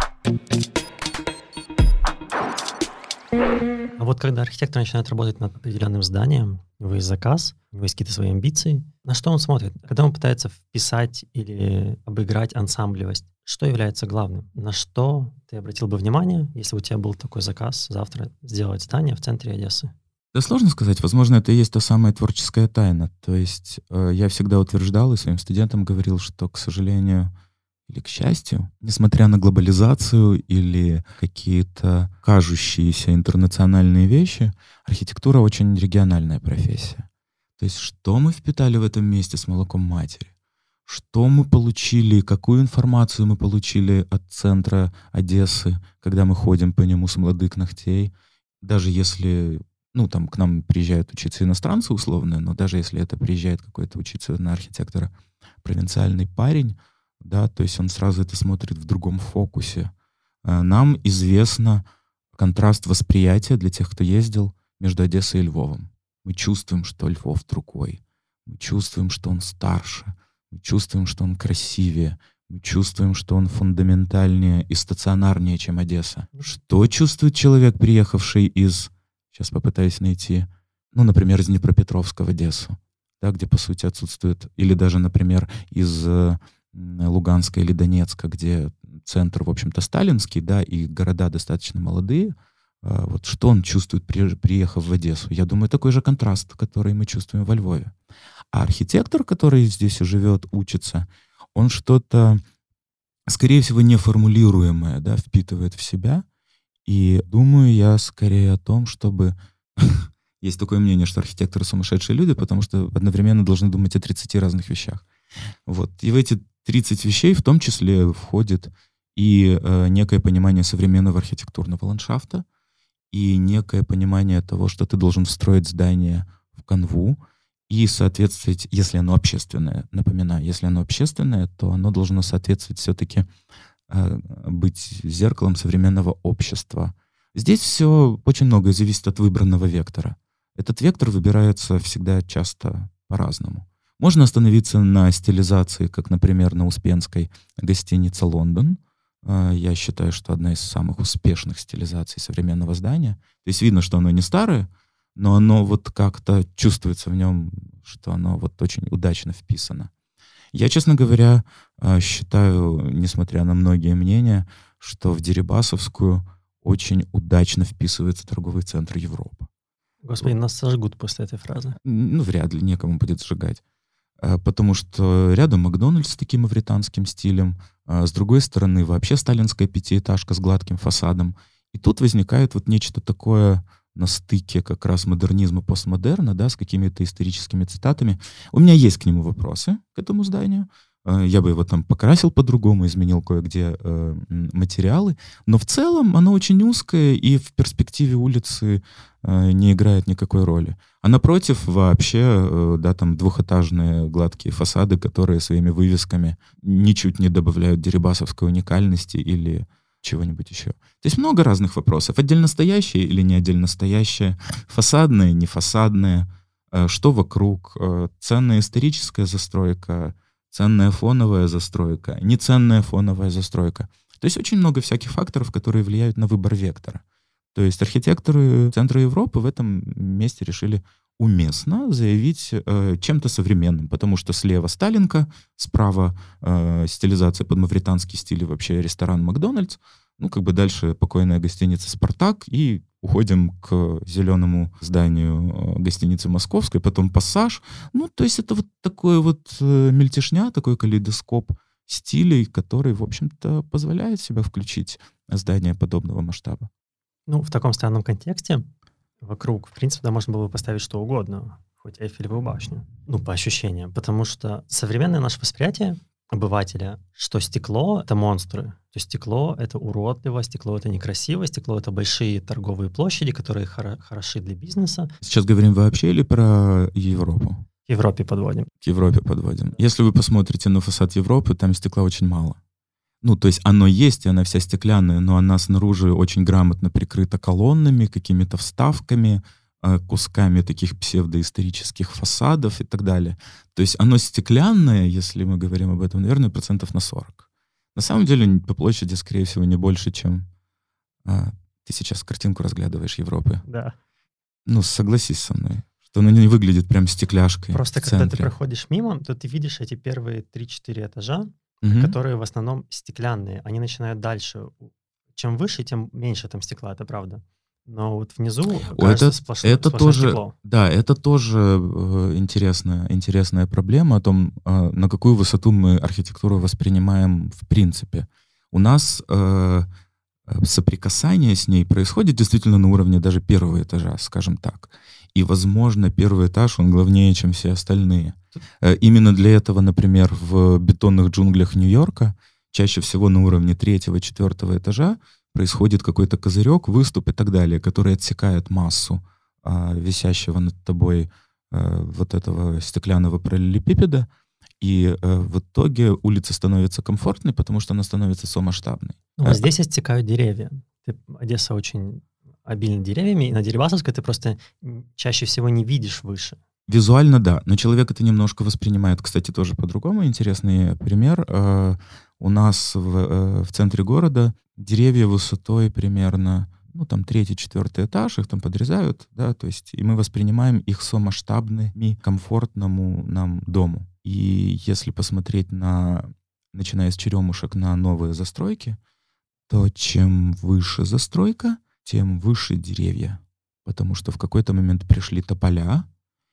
А вот когда архитектор начинает работать над определенным зданием, у него есть заказ, у него есть какие-то свои амбиции, на что он смотрит? Когда он пытается вписать или обыграть ансамблевость, что является главным? На что ты обратил бы внимание, если бы у тебя был такой заказ завтра сделать здание в центре Одессы? Да сложно сказать. Возможно, это и есть та самая творческая тайна. То есть э, я всегда утверждал и своим студентам говорил, что, к сожалению, или к счастью, несмотря на глобализацию или какие-то кажущиеся интернациональные вещи, архитектура очень региональная профессия. То есть что мы впитали в этом месте с молоком матери? Что мы получили, какую информацию мы получили от центра Одессы, когда мы ходим по нему с молодых ногтей? Даже если, ну, там к нам приезжают учиться иностранцы условные, но даже если это приезжает какой-то учиться на архитектора провинциальный парень, да, то есть он сразу это смотрит в другом фокусе. А нам известно контраст восприятия для тех, кто ездил между Одессой и Львовом. Мы чувствуем, что Львов другой. Мы чувствуем, что он старше. Мы чувствуем, что он красивее. Мы чувствуем, что он фундаментальнее и стационарнее, чем Одесса. Что чувствует человек, приехавший из... Сейчас попытаюсь найти... Ну, например, из Днепропетровска в Одессу, да, где, по сути, отсутствует... Или даже, например, из Луганска или Донецка, где центр, в общем-то, сталинский, да, и города достаточно молодые. Вот что он чувствует, приехав в Одессу? Я думаю, такой же контраст, который мы чувствуем во Львове. А архитектор, который здесь живет, учится, он что-то, скорее всего, неформулируемое, да, впитывает в себя. И думаю я скорее о том, чтобы... Есть такое мнение, что архитекторы сумасшедшие люди, потому что одновременно должны думать о тридцати разных вещах. Вот. И в эти тридцать вещей в том числе входит и э, некое понимание современного архитектурного ландшафта, и некое понимание того, что ты должен встроить здание в канву, и соответствовать, если оно общественное, напоминаю, если оно общественное, то оно должно соответствовать все-таки э, быть зеркалом современного общества. Здесь все очень многое зависит от выбранного вектора. Этот вектор выбирается всегда часто по-разному. Можно остановиться на стилизации, как, например, на Успенской гостинице «Лондон». Я считаю, что одна из самых успешных стилизаций современного здания. То есть видно, что оно не старое, но оно вот как-то чувствуется в нем, что оно вот очень удачно вписано. Я, честно говоря, считаю, несмотря на многие мнения, что в Дерибасовскую очень удачно вписывается торговый центр Европа. Господи, нас сожгут после этой фразы. Ну, вряд ли, некому будет сжигать. Потому что рядом Макдональдс с таким мавританским стилем, а с другой стороны вообще сталинская пятиэтажка с гладким фасадом. И тут возникает вот нечто такое на стыке как раз модернизма и постмодерна, да, с какими-то историческими цитатами. У меня есть к нему вопросы, к этому зданию. Я бы его там покрасил по-другому, изменил кое-где э, материалы. Но в целом оно очень узкое и в перспективе улицы э, не играет никакой роли. А напротив вообще, э, да, там двухэтажные гладкие фасады, которые своими вывесками ничуть не добавляют дерибасовской уникальности или чего-нибудь еще. То есть много разных вопросов. Отдельно стоящие или не отдельно стоящие, фасадные, не фасадные, э, что вокруг, э, ценная историческая застройка, ценная фоновая застройка, неценная фоновая застройка. То есть очень много всяких факторов, которые влияют на выбор вектора. То есть архитекторы Центра Европы в этом месте решили уместно заявить э, чем-то современным, потому что слева Сталинка, справа э, стилизация под мавританский стиль и вообще ресторан Макдональдс, ну как бы дальше покойная гостиница «Спартак», и уходим к зеленому зданию гостиницы Московской, потом «Пассаж». Ну, то есть это вот такой вот э, мельтешня, такой калейдоскоп стилей, который, в общем-то, позволяет себя включить здание подобного масштаба. Ну, в таком странном контексте вокруг, в принципе, да, можно было бы поставить что угодно, хоть Эйфелевую башню, ну, по ощущениям, потому что современное наше восприятие обывателя, что стекло — это монстры. То есть стекло — это уродливо, стекло — это некрасиво, стекло — это большие торговые площади, которые хоро- хороши для бизнеса. Сейчас говорим вообще или про Европу? К Европе подводим. К Европе подводим. Если вы посмотрите на фасад Европы, там стекла очень мало. Ну, то есть оно есть, и она вся стеклянная, но она снаружи очень грамотно прикрыта колоннами, какими-то вставками, кусками таких псевдоисторических фасадов и так далее. То есть оно стеклянное, если мы говорим об этом, наверное, процентов на сорок. На самом деле по площади, скорее всего, не больше, чем... А, ты сейчас картинку разглядываешь Европы. Да. Ну, согласись со мной, что оно не выглядит прям стекляшкой. Просто когда ты проходишь мимо, то ты видишь эти первые три-четыре этажа, угу. которые в основном стеклянные. Они начинают дальше. Чем выше, тем меньше там стекла, это правда. Но вот внизу О, кажется это, сплошное, это сплошное тоже, стекло. Да, это тоже э, интересная, интересная проблема о том, э, на какую высоту мы архитектуру воспринимаем в принципе. У нас э, соприкасание с ней происходит действительно на уровне даже первого этажа, скажем так. И, возможно, первый этаж, он главнее, чем все остальные. Э, именно для этого, например, в бетонных джунглях Нью-Йорка чаще всего на уровне третьего, четвертого этажа происходит какой-то козырек, выступ и так далее, который отсекает массу а, висящего над тобой а, вот этого стеклянного параллелепипеда, и а, в итоге улица становится комфортной, потому что она становится самомасштабной. Ну, а здесь отсекают деревья. Ты, Одесса очень обильна деревьями, и на Дерибасовской ты просто чаще всего не видишь выше. Визуально, да, но человек это немножко воспринимает, кстати, тоже по-другому. Интересный пример. А, у нас в, в центре города деревья высотой примерно, ну, там, третий, четвертый этаж, их там подрезают, да, то есть, и мы воспринимаем их самомасштабными, комфортному нам дому. И если посмотреть на, начиная с черемушек, на новые застройки, то чем выше застройка, тем выше деревья, потому что в какой-то момент пришли тополя,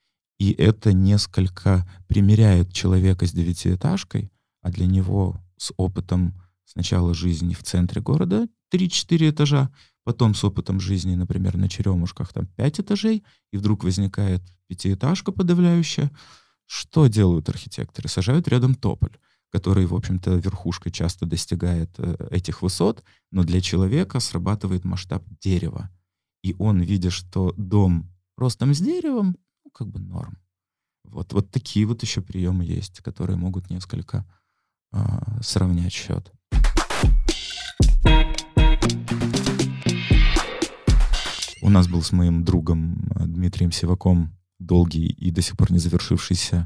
и это несколько примиряет человека с девятиэтажкой, а для него с опытом сначала жизни в центре города три-четыре этажа, потом с опытом жизни, например, на Черемушках там пять этажей, и вдруг возникает пятиэтажка подавляющая. Что делают архитекторы? Сажают рядом тополь, который, в общем-то, верхушкой часто достигает э, этих высот, но для человека срабатывает масштаб дерева. И он, видя, что дом ростом с деревом, ну, как бы норм. Вот, вот такие вот еще приемы есть, которые могут несколько э, сравнять счет. У нас был с моим другом Дмитрием Сиваком долгий и до сих пор не завершившийся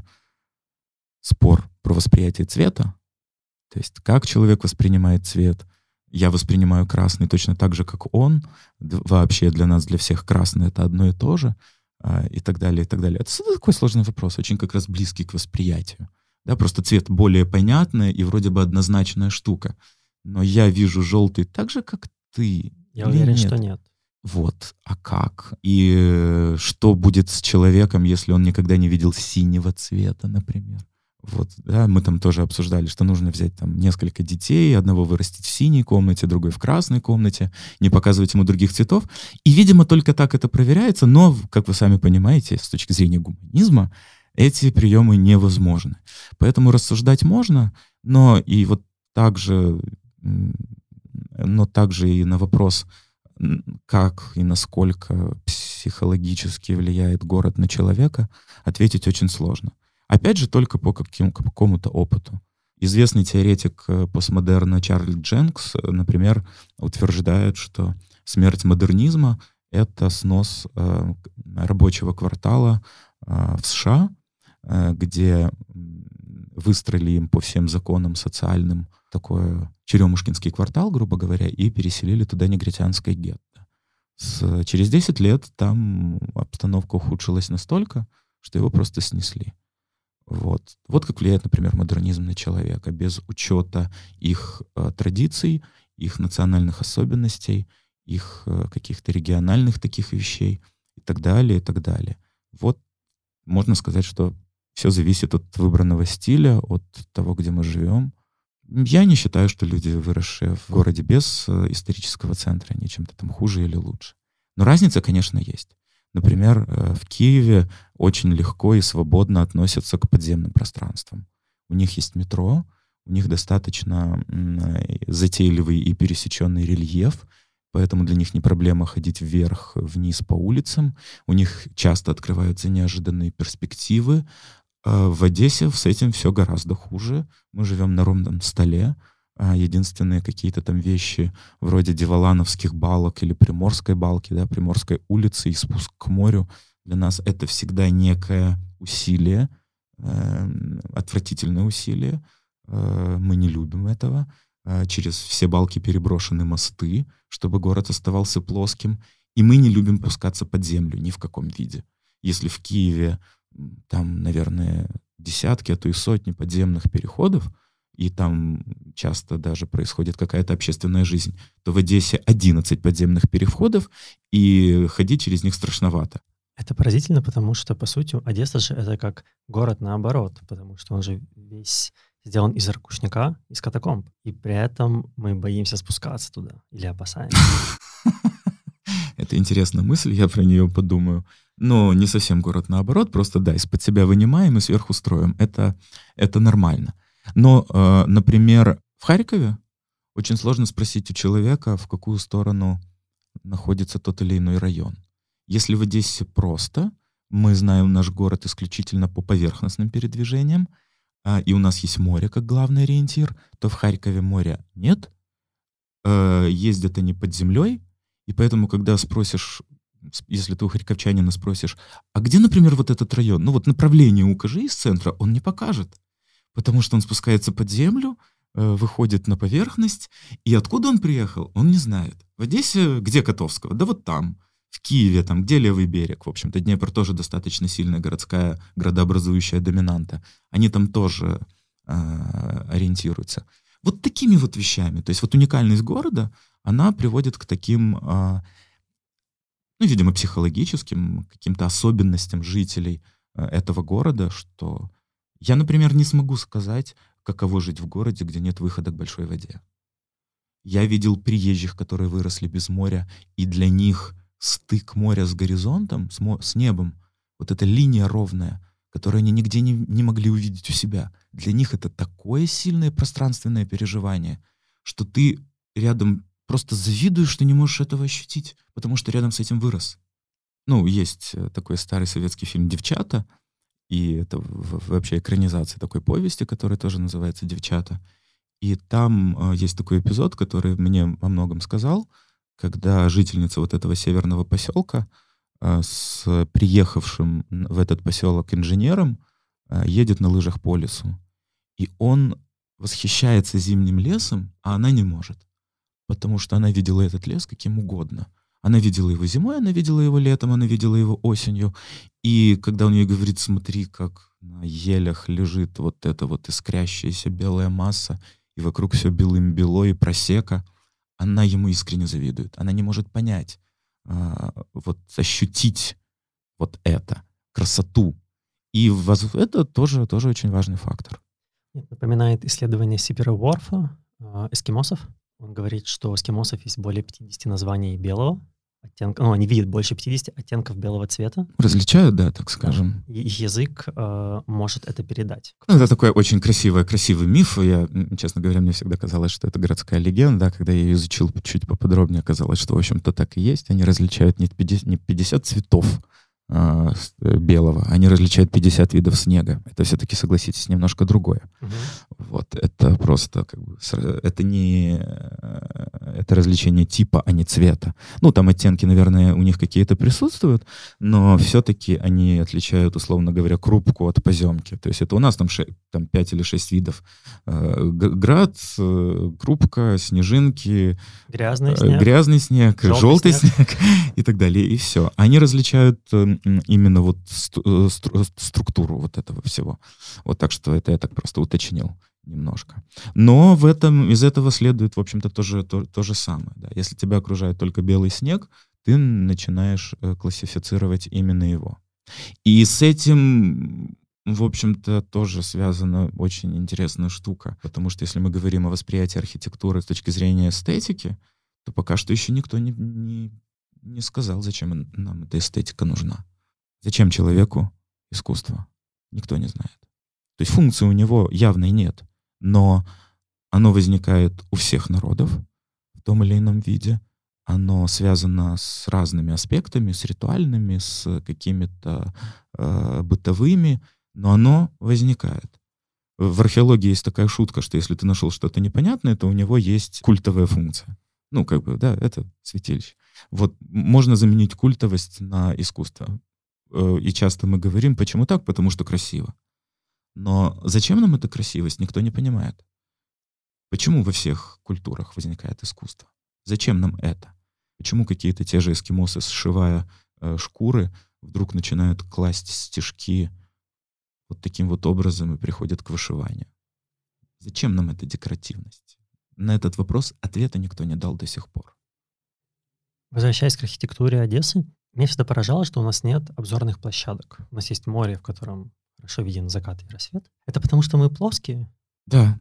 спор про восприятие цвета. То есть как человек воспринимает цвет. Я воспринимаю красный точно так же, как он. Вообще для нас, для всех красный — это одно и то же. И так далее, и так далее. Это такой сложный вопрос, очень как раз близкий к восприятию. Да, просто цвет более понятная и вроде бы однозначная штука. Но я вижу желтый так же, как ты. Я уверен, нет? что нет. Вот, а как? И что будет с человеком, если он никогда не видел синего цвета, например? Вот, да, мы там тоже обсуждали, что нужно взять там несколько детей, одного вырастить в синей комнате, другой в красной комнате, не показывать ему других цветов. И, видимо, только так это проверяется, но, как вы сами понимаете, с точки зрения гуманизма, эти приемы невозможны. Поэтому рассуждать можно, но и вот также, но также и на вопрос, как и насколько психологически влияет город на человека, ответить очень сложно. Опять же, только по каким, какому-то опыту. Известный теоретик постмодерна Чарльз Дженкс, например, утверждает, что смерть модернизма — это снос э, рабочего квартала э, в США, э, где выстроили им по всем законам социальным такой Черемушкинский квартал, грубо говоря, и переселили туда негритянское гетто. С, через десять лет там обстановка ухудшилась настолько, что его просто снесли. Вот. Вот как влияет, например, модернизм на человека, без учета их э, традиций, их национальных особенностей, их э, каких-то региональных таких вещей и так далее, и так далее. Вот можно сказать, что все зависит от выбранного стиля, от того, где мы живем. Я не считаю, что люди, выросшие в городе без э, исторического центра, они чем-то там хуже или лучше. Но разница, конечно, есть. Например, в Киеве очень легко и свободно относятся к подземным пространствам. У них есть метро, у них достаточно затейливый и пересеченный рельеф, поэтому для них не проблема ходить вверх, вниз по улицам. У них часто открываются неожиданные перспективы. В Одессе с этим все гораздо хуже. Мы живем на ровном столе. Единственные какие-то там вещи вроде Деволановских балок или Приморской балки, да, Приморской улицы и спуск к морю, для нас это всегда некое усилие, э, отвратительное усилие. Э, мы не любим этого. Э, через все балки переброшены мосты, чтобы город оставался плоским. И мы не любим пускаться под землю ни в каком виде. Если в Киеве там, наверное, десятки, а то и сотни подземных переходов, и там часто даже происходит какая-то общественная жизнь, то в Одессе одиннадцать подземных переходов, и ходить через них страшновато. Это поразительно, потому что, по сути, Одесса же это как город наоборот, потому что он же весь сделан из ракушняка, из катакомб, и при этом мы боимся спускаться туда или опасаемся. Это интересная мысль, я про нее подумаю. Но не совсем город наоборот, просто да, из-под себя вынимаем и сверху строим. Это, это нормально. Но, э, например, в Харькове очень сложно спросить у человека, в какую сторону находится тот или иной район. Если в Одессе просто, мы знаем наш город исключительно по поверхностным передвижениям, э, и у нас есть море как главный ориентир, то в Харькове моря нет, э, ездят они под землей, и поэтому, когда спросишь, если ты у харьковчанина спросишь, а где, например, вот этот район, ну вот направление укажи из центра, он не покажет. Потому что он спускается под землю, э, выходит на поверхность, и откуда он приехал, он не знает. В Одессе где Котовского? Да вот там. В Киеве, там, где левый берег. В общем-то, Днепр тоже достаточно сильная городская, градообразующая доминанта. Они там тоже э, ориентируются. Вот такими вот вещами. То есть вот уникальность города, она приводит к таким, э, ну, видимо, психологическим каким-то особенностям жителей э, этого города, что... Я, например, не смогу сказать, каково жить в городе, где нет выхода к большой воде. Я видел приезжих, которые выросли без моря, и для них стык моря с горизонтом, с, мо- с небом, вот эта линия ровная, которую они нигде не, не могли увидеть у себя, для них это такое сильное пространственное переживание, что ты рядом просто завидуешь, что не можешь этого ощутить, потому что рядом с этим вырос. Ну, есть такой старый советский фильм «Девчата», и это в- вообще экранизация такой повести, которая тоже называется «Девчата». И там э, есть такой эпизод, который мне во многом сказал, когда жительница вот этого северного поселка э, с приехавшим н- в этот поселок инженером э, едет на лыжах по лесу. И он восхищается зимним лесом, а она не может, потому что она видела этот лес каким угодно. Она видела его зимой, она видела его летом, она видела его осенью. И когда он ей говорит, смотри, как на елях лежит вот эта вот искрящаяся белая масса, и вокруг все белым-бело и просека, она ему искренне завидует. Она не может понять, а, вот ощутить вот это, красоту. И воз- это тоже, тоже очень важный фактор. Нет, напоминает исследование Сипера Уорфа, э, эскимосов. Он говорит, что у эскимосов есть более пятьдесят названий белого оттенка. Ну, они видят больше пятидесяти оттенков белого цвета. Различают, да, так скажем. И их язык э, может это передать. Ну, это такой очень красивый, красивый миф. Я, м, честно говоря, мне всегда казалось, что это городская легенда. Когда я ее изучил чуть поподробнее, оказалось, что, в общем-то, так и есть. Они различают не пятьдесят, не пятьдесят цветов а, с- э, белого, они различают пятьдесят видов снега. Это все-таки, согласитесь, немножко другое. Мгм. Вот, это просто как бы, с- это не, э, это развлечение типа, а не цвета. Ну, там оттенки, наверное, у них какие-то присутствуют, но все-таки они отличают, условно говоря, крупку от поземки. То есть это у нас там, ше- там пять или шесть видов. Э, г- Град, э, крупка, снежинки, Грязный э, снег. грязный снег, желтый желтый снег. снег и так далее, и все. Они различают э, м, именно вот сту- э, стру- структуру вот этого всего. Вот так что это я так просто уточнил немножко. Но в этом, из этого следует, в общем-то, тоже то, то же самое. Да. Если тебя окружает только белый снег, ты начинаешь э, классифицировать именно его. И с этим, в общем-то, тоже связана очень интересная штука. Потому что если мы говорим о восприятии архитектуры с точки зрения эстетики, то пока что еще никто не, не, не сказал, зачем н- нам эта эстетика нужна. Зачем человеку искусство? Никто не знает. То есть функции у него явной нет, но оно возникает у всех народов в том или ином виде. Оно связано с разными аспектами, с ритуальными, с какими-то э, бытовыми, но оно возникает. В археологии есть такая шутка, что если ты нашел что-то непонятное, то у него есть культовая функция. Ну, как бы, да, это святилище. Вот можно заменить культовость на искусство. Э, И часто мы говорим, почему так? Потому что красиво. Но зачем нам эта красивость, никто не понимает. Почему во всех культурах возникает искусство? Зачем нам это? Почему какие-то те же эскимосы, сшивая э, шкуры, вдруг начинают класть стежки вот таким вот образом и приходят к вышиванию? Зачем нам эта декоративность? На этот вопрос ответа никто не дал до сих пор. Возвращаясь к архитектуре Одессы, меня всегда поражало, что у нас нет обзорных площадок. У нас есть море, в котором хорошо виден закат и рассвет. Это потому, что мы плоские? Да,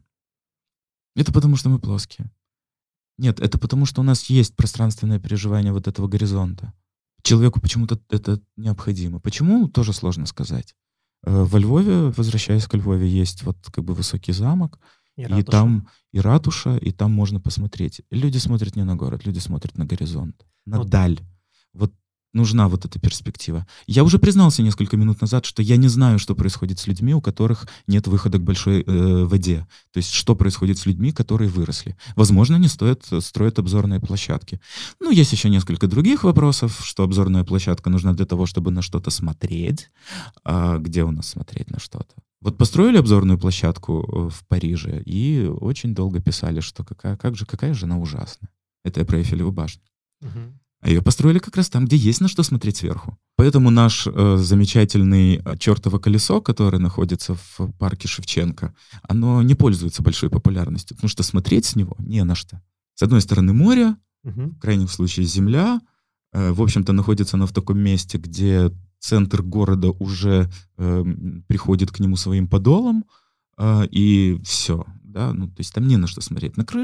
это потому, что мы плоские. Нет, это потому, что у нас есть пространственное переживание вот этого горизонта. Человеку почему-то это необходимо. Почему, тоже сложно сказать. Э, Во Львове, возвращаясь к Львове, есть вот как бы высокий замок, И и ратуша. там и ратуша, и там можно посмотреть. Люди смотрят не на город, люди смотрят на горизонт, на Вот. даль. Вот нужна вот эта перспектива. Я уже признался несколько минут назад, что я не знаю, что происходит с людьми, у которых нет выхода к большой э, воде. То есть что происходит с людьми, которые выросли. Возможно, не стоит э, строить обзорные площадки. Ну, есть еще несколько других вопросов, что обзорная площадка нужна для того, чтобы на что-то смотреть. А где у нас смотреть на что-то? Вот построили обзорную площадку э, в Париже и очень долго писали, что какая, как же, какая же она ужасная. Это я про Эйфелеву башню. Мгм. А ее построили как раз там, где есть на что смотреть сверху. Поэтому наш э, замечательный э, чертово колесо, которое находится в парке Шевченко, оно не пользуется большой популярностью, потому что смотреть с него не на что. С одной стороны море, Мгм. в крайнем случае земля. Э, в общем-то, находится оно в таком месте, где центр города уже э, м, приходит к нему своим подолом, э, и все. Да? Ну, то есть там не на что смотреть. На крыши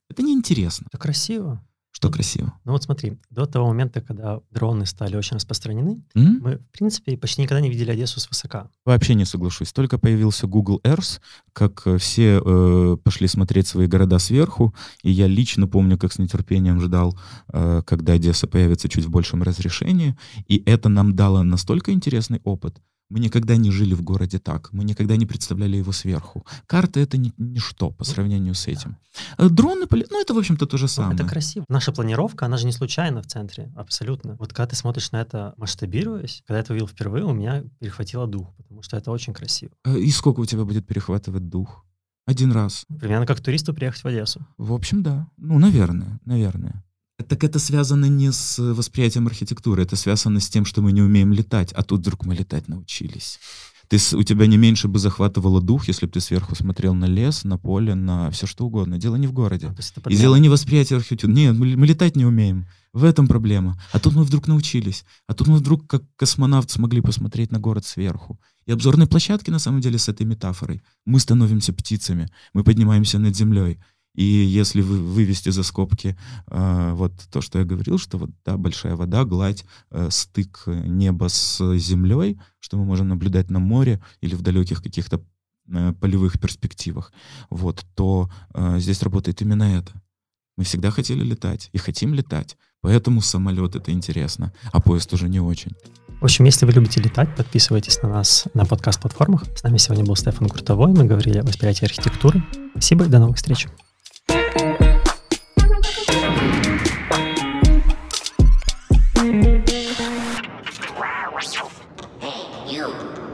Это неинтересно. Это красиво. Что красиво? Ну вот смотри, до того момента, когда дроны стали очень распространены, М? мы, в принципе, почти никогда не видели Одессу свысока. Вообще не соглашусь. Только появился Google Earth, как э, все э, пошли смотреть свои города сверху, и я лично помню, как с нетерпением ждал, э, когда Одесса появится чуть в большем разрешении, и это нам дало настолько интересный опыт. Мы никогда не жили в городе так, мы никогда не представляли его сверху. Карта — это ни- ничто по сравнению с этим. Э, Дроны, поле- ну это, в общем-то, то же Ну, самое. это красиво. Наша планировка, она же не случайна в центре, абсолютно. Вот когда ты смотришь на это, масштабируясь, когда я это увидел впервые, у меня перехватило дух, потому что это очень красиво. Э, И сколько у тебя будет перехватывать дух? Один раз. Примерно как туристу приехать в Одессу. В общем, да. Ну, наверное, наверное. Так это связано не с восприятием архитектуры, это связано с тем, что мы не умеем летать, а тут вдруг мы летать научились. Ты, с- у тебя не меньше бы захватывало дух, если бы ты сверху смотрел на лес, на поле, на все что угодно. Дело не в городе. То есть это И подмена. дело не в восприятии архитектуры. Нет, мы, мы летать не умеем. В этом проблема. А тут мы вдруг научились. А тут мы вдруг, как космонавт, смогли посмотреть на город сверху. И обзорные площадки, на самом деле, с этой метафорой. Мы становимся птицами, мы поднимаемся над землей. И если вы, вывести за скобки э, вот то, что я говорил, что вот, да, большая вода, гладь, э, стык неба с землей, что мы можем наблюдать на море или в далеких каких-то э, полевых перспективах, вот, то э, здесь работает именно это. Мы всегда хотели летать и хотим летать, поэтому самолет — это интересно, а поезд уже не очень. В общем, если вы любите летать, подписывайтесь на нас на подкаст-платформах. С нами сегодня был Стефан Гуртовой. Мы говорили о восприятии архитектуры. Спасибо и до новых встреч. You.